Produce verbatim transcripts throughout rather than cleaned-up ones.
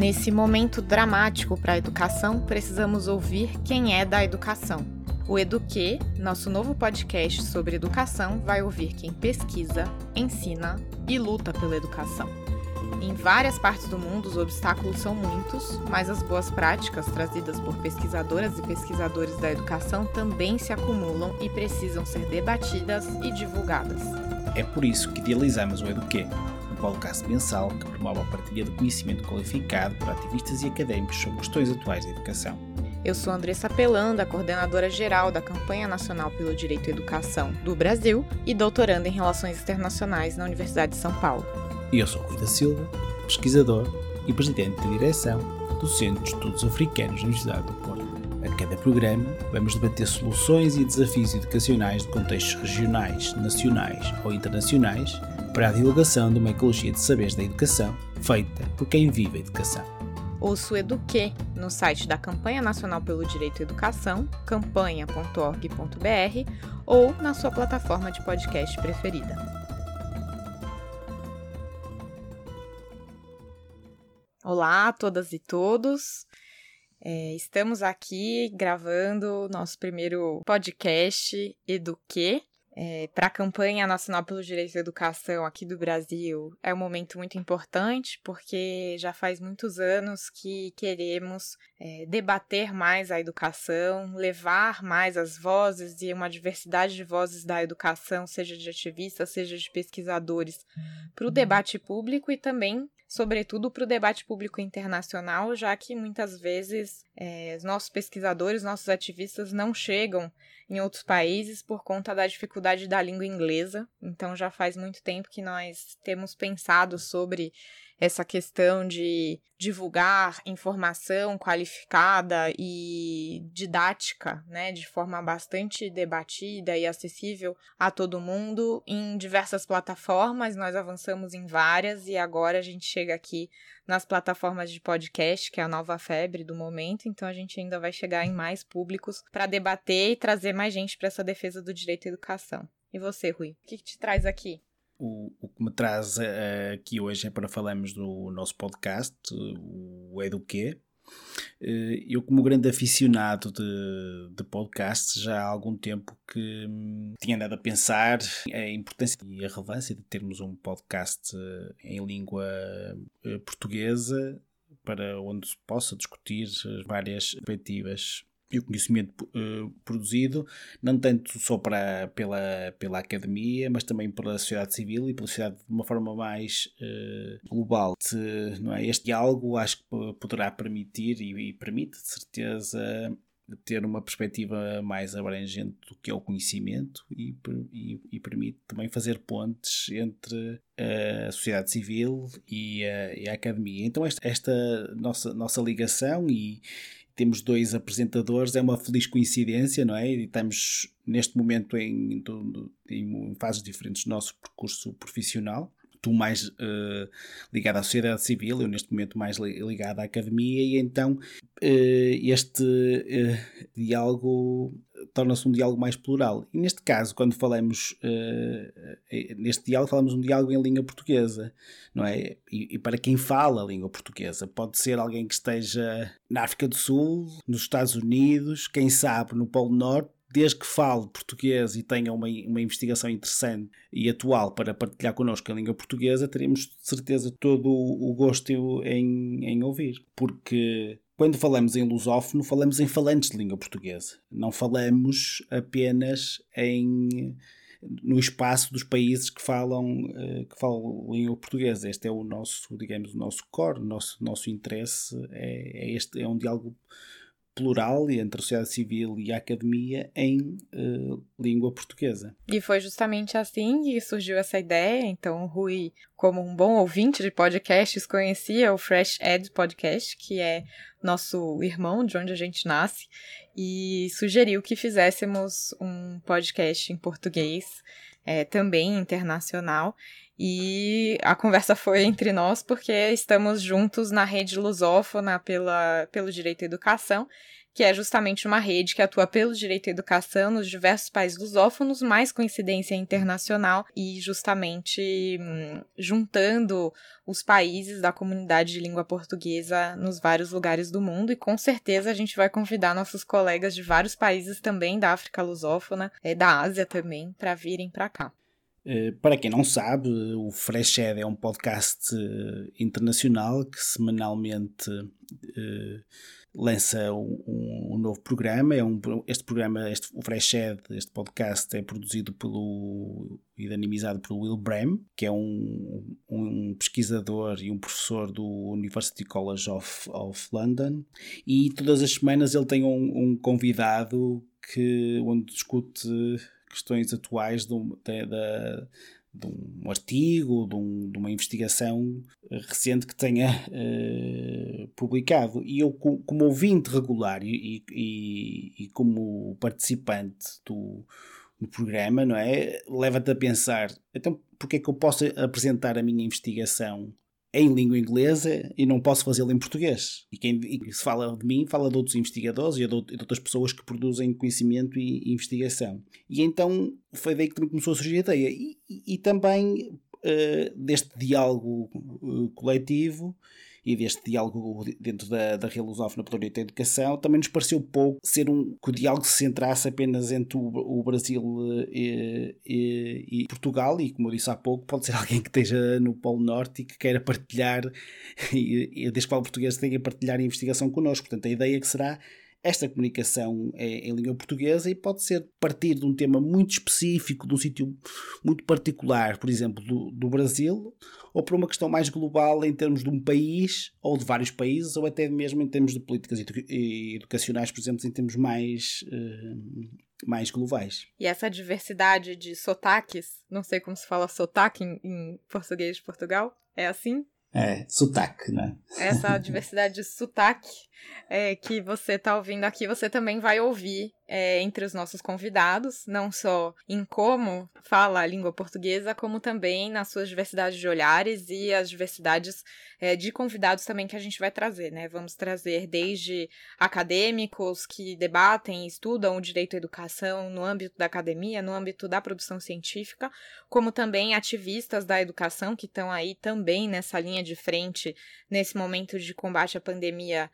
Nesse momento dramático para a educação, precisamos ouvir quem é da educação. O Eduquê, nosso novo podcast sobre educação, vai ouvir quem pesquisa, ensina e luta pela educação. Em várias partes do mundo, os obstáculos são muitos, mas as boas práticas trazidas por pesquisadoras e pesquisadores da educação também se acumulam e precisam ser debatidas e divulgadas. É por isso que idealizamos o Eduquê, um podcast mensal que promove a partilha de conhecimento qualificado por ativistas e académicos sobre questões atuais da educação. Eu sou Andressa Pelanda, coordenadora geral da Campanha Nacional pelo Direito à Educação do Brasil e doutoranda em Relações Internacionais na Universidade de São Paulo. E eu sou Rui da Silva, pesquisador e presidente da direção do Centro de Estudos Africanos da Universidade do Porto. A cada programa vamos debater soluções e desafios educacionais de contextos regionais, nacionais ou internacionais para a divulgação de uma ecologia de saberes da educação feita por quem vive a educação. Ouça o Eduquê no site da Campanha Nacional pelo Direito à Educação, campanha ponto org ponto b r, ou na sua plataforma de podcast preferida. Olá a todas e todos, é, estamos aqui gravando nosso primeiro podcast Eduquê. É, para a Campanha Nacional pelo Direito à Educação aqui do Brasil é um momento muito importante porque já faz muitos anos que queremos é, debater mais a educação, levar mais as vozes e uma diversidade de vozes da educação, seja de ativistas, seja de pesquisadores, para o debate público e também, sobretudo, para o debate público internacional, já que muitas vezes é, os nossos pesquisadores, nossos ativistas não chegam em outros países por conta da dificuldade da língua inglesa. Então já faz muito tempo que nós temos pensado sobre essa questão de divulgar informação qualificada e didática, né, de forma bastante debatida e acessível a todo mundo em diversas plataformas. Nós avançamos em várias e agora a gente chega aqui nas plataformas de podcast, que é a nova febre do momento, então a gente ainda vai chegar em mais públicos para debater e trazer mais gente para essa defesa do direito à educação. E você, Rui, o que, que te traz aqui? O, o que me traz uh, aqui hoje é para falarmos do nosso podcast, o Eduquê. Uh, eu, como grande aficionado de, de podcasts, já há algum tempo que hum, tinha andado a pensar a importância e a relevância de termos um podcast uh, em língua uh, portuguesa, para onde se possa discutir várias perspectivas e o conhecimento uh, produzido, não tanto só para, pela, pela academia, mas também pela sociedade civil e pela sociedade de uma forma mais uh, global. Se, não é? Este diálogo acho que poderá permitir, e, e permite de certeza, ter uma perspectiva mais abrangente do que é o conhecimento e, e, e permite também fazer pontes entre a sociedade civil e a, e a academia. Então esta, esta nossa, nossa ligação, e temos dois apresentadores, é uma feliz coincidência, não é? E estamos neste momento em, em fases diferentes do nosso percurso profissional. Tu mais uh, ligado à sociedade civil, eu neste momento mais ligado à academia, e então uh, este uh, diálogo torna-se um diálogo mais plural. E neste caso, quando falamos uh, neste diálogo, falamos um diálogo em língua portuguesa, não é? E, e para quem fala a língua portuguesa, pode ser alguém que esteja na África do Sul, nos Estados Unidos, quem sabe no Polo Norte, desde que fale português e tenha uma, uma investigação interessante e atual para partilhar connosco a língua portuguesa, teremos de certeza todo o, o gosto em, em ouvir. Porque quando falamos em lusófono, falamos em falantes de língua portuguesa. Não falamos apenas em, no espaço dos países que falam, que falam língua portuguesa. Este é o nosso, digamos, o nosso core, o nosso, nosso interesse é, é, este, é um diálogo plural entre a sociedade civil e a academia em uh, língua portuguesa. E foi justamente assim que surgiu essa ideia. Então o Rui, como um bom ouvinte de podcasts, conhecia o Fresh Ed Podcast, que é nosso irmão, de onde a gente nasce, e sugeriu que fizéssemos um podcast em português, é, também internacional. E a conversa foi entre nós porque estamos juntos na rede lusófona pela, pelo direito à educação, que é justamente uma rede que atua pelo direito à educação nos diversos países lusófonos, mais coincidência internacional e justamente hum, juntando os países da comunidade de língua portuguesa nos vários lugares do mundo, e com certeza a gente vai convidar nossos colegas de vários países também da África lusófona, é, da Ásia também, para virem para cá. Para quem não sabe, o Freshad é um podcast internacional que semanalmente uh, lança um, um novo programa. É um, este programa, este, o Freshad, este podcast, é produzido pelo, e dinamizado pelo Will Brehm, que é um, um pesquisador e um professor do University College of, of London, e todas as semanas ele tem um, um convidado que, onde discute questões atuais de um, de, de, de um artigo, de, um, de uma investigação recente que tenha uh, publicado. E eu, como ouvinte regular e, e, e como participante do, do programa, não é, leva-te a pensar, então porque é que eu posso apresentar a minha investigação em língua inglesa e não posso fazê-lo em português? E quem e se fala de mim, fala de outros investigadores e de outras pessoas que produzem conhecimento e investigação. E então foi daí que também começou a surgir a ideia. E, e, e também uh, deste diálogo uh, coletivo e deste diálogo dentro da, da Rede Lusófona pela Direito à Educação, também nos pareceu pouco ser um, que o diálogo se centrasse apenas entre o, o Brasil e, e, e Portugal, e como eu disse há pouco, pode ser alguém que esteja no Polo Norte e que queira partilhar, e, e desde que fala português tenha partilhar a investigação connosco. Portanto, a ideia é que será esta comunicação é em língua portuguesa e pode ser partir de um tema muito específico, de um sítio muito particular, por exemplo, do, do Brasil, ou por uma questão mais global em termos de um país, ou de vários países, ou até mesmo em termos de políticas educacionais, por exemplo, em termos mais, uh, mais globais. E essa diversidade de sotaques, não sei como se fala sotaque em, em português de Portugal, é assim? É, sotaque, né? Essa diversidade de sotaque é, que você está ouvindo aqui, você também vai ouvir é, entre os nossos convidados, não só em como fala a língua portuguesa, como também nas suas diversidades de olhares e as diversidades é, de convidados também que a gente vai trazer, né? Vamos trazer desde acadêmicos que debatem e estudam o direito à educação no âmbito da academia, no âmbito da produção científica, como também ativistas da educação que estão aí também nessa linha de frente, nesse momento de combate à pandemia,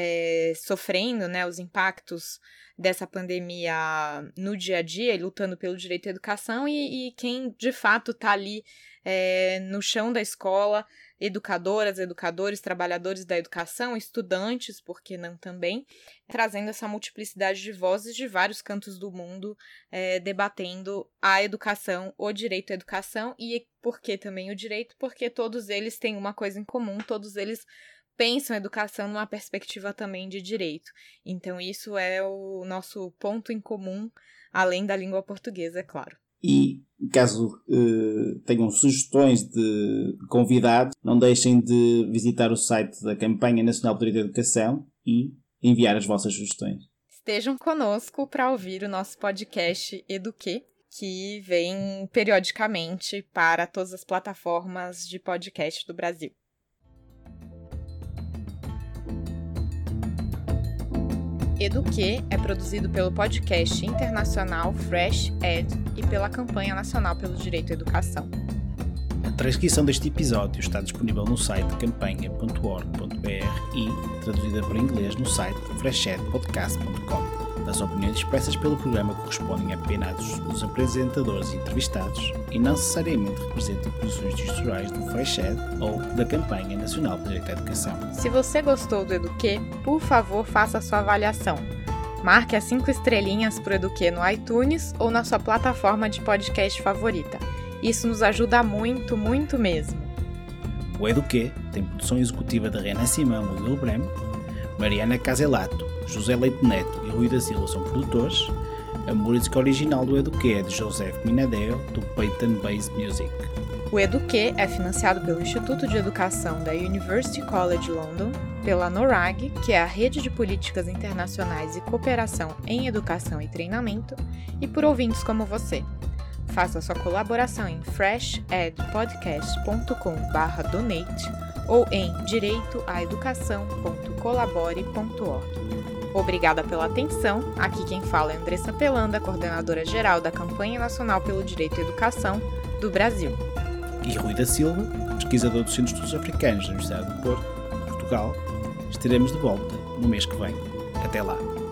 é, sofrendo, né, os impactos dessa pandemia no dia a dia e lutando pelo direito à educação, e, e quem de fato está ali é, no chão da escola, educadoras, educadores, trabalhadores da educação, estudantes, por que não também, trazendo essa multiplicidade de vozes de vários cantos do mundo, é, debatendo a educação, o direito à educação, e por que também o direito? Porque todos eles têm uma coisa em comum, todos eles pensam a educação numa perspectiva também de direito. Então isso é o nosso ponto em comum, além da língua portuguesa, é claro. E caso uh, tenham sugestões de convidados, não deixem de visitar o site da Campanha Nacional pelo Direito à Educação e enviar as vossas sugestões. Estejam conosco para ouvir o nosso podcast Eduquê, que vem periodicamente para todas as plataformas de podcast do Brasil. Eduquê é produzido pelo podcast internacional Fresh Ed e pela Campanha Nacional pelo Direito à Educação. A transcrição deste episódio está disponível no site campanha ponto org ponto b r e traduzida para inglês no site fresh ed podcast ponto com. As opiniões expressas pelo programa correspondem apenas dos apresentadores e entrevistados e não necessariamente representam posições gestionais do Fresh Ed ou da Campanha Nacional pelo Direito à Educação. Se você gostou do Eduquê, por favor, faça a sua avaliação. Marque as cinco estrelinhas para o Eduquê no iTunes ou na sua plataforma de podcast favorita. Isso nos ajuda muito, muito mesmo. O Eduquê tem produção executiva de Renan Simão e Will Brehm, Mariana Caselato, José Leite Neto e Rui da Silva são produtores. A música original do Eduquê é de José Minadeo, do Peyton Base Music. O Eduquê é financiado pelo Instituto de Educação da University College London, pela NORAG, que é a Rede de Políticas Internacionais e Cooperação em Educação e Treinamento, e por ouvintes como você. Faça sua colaboração em fresh ed podcast ponto com barra donate ou em direito a educação ponto colabore ponto org. Obrigada pela atenção. Aqui quem fala é Andressa Pelanda, coordenadora geral da Campanha Nacional pelo Direito à Educação do Brasil. E Rui da Silva, pesquisador do Centro de Estudos Africanos da Universidade do Porto, Portugal. Estaremos de volta no mês que vem. Até lá!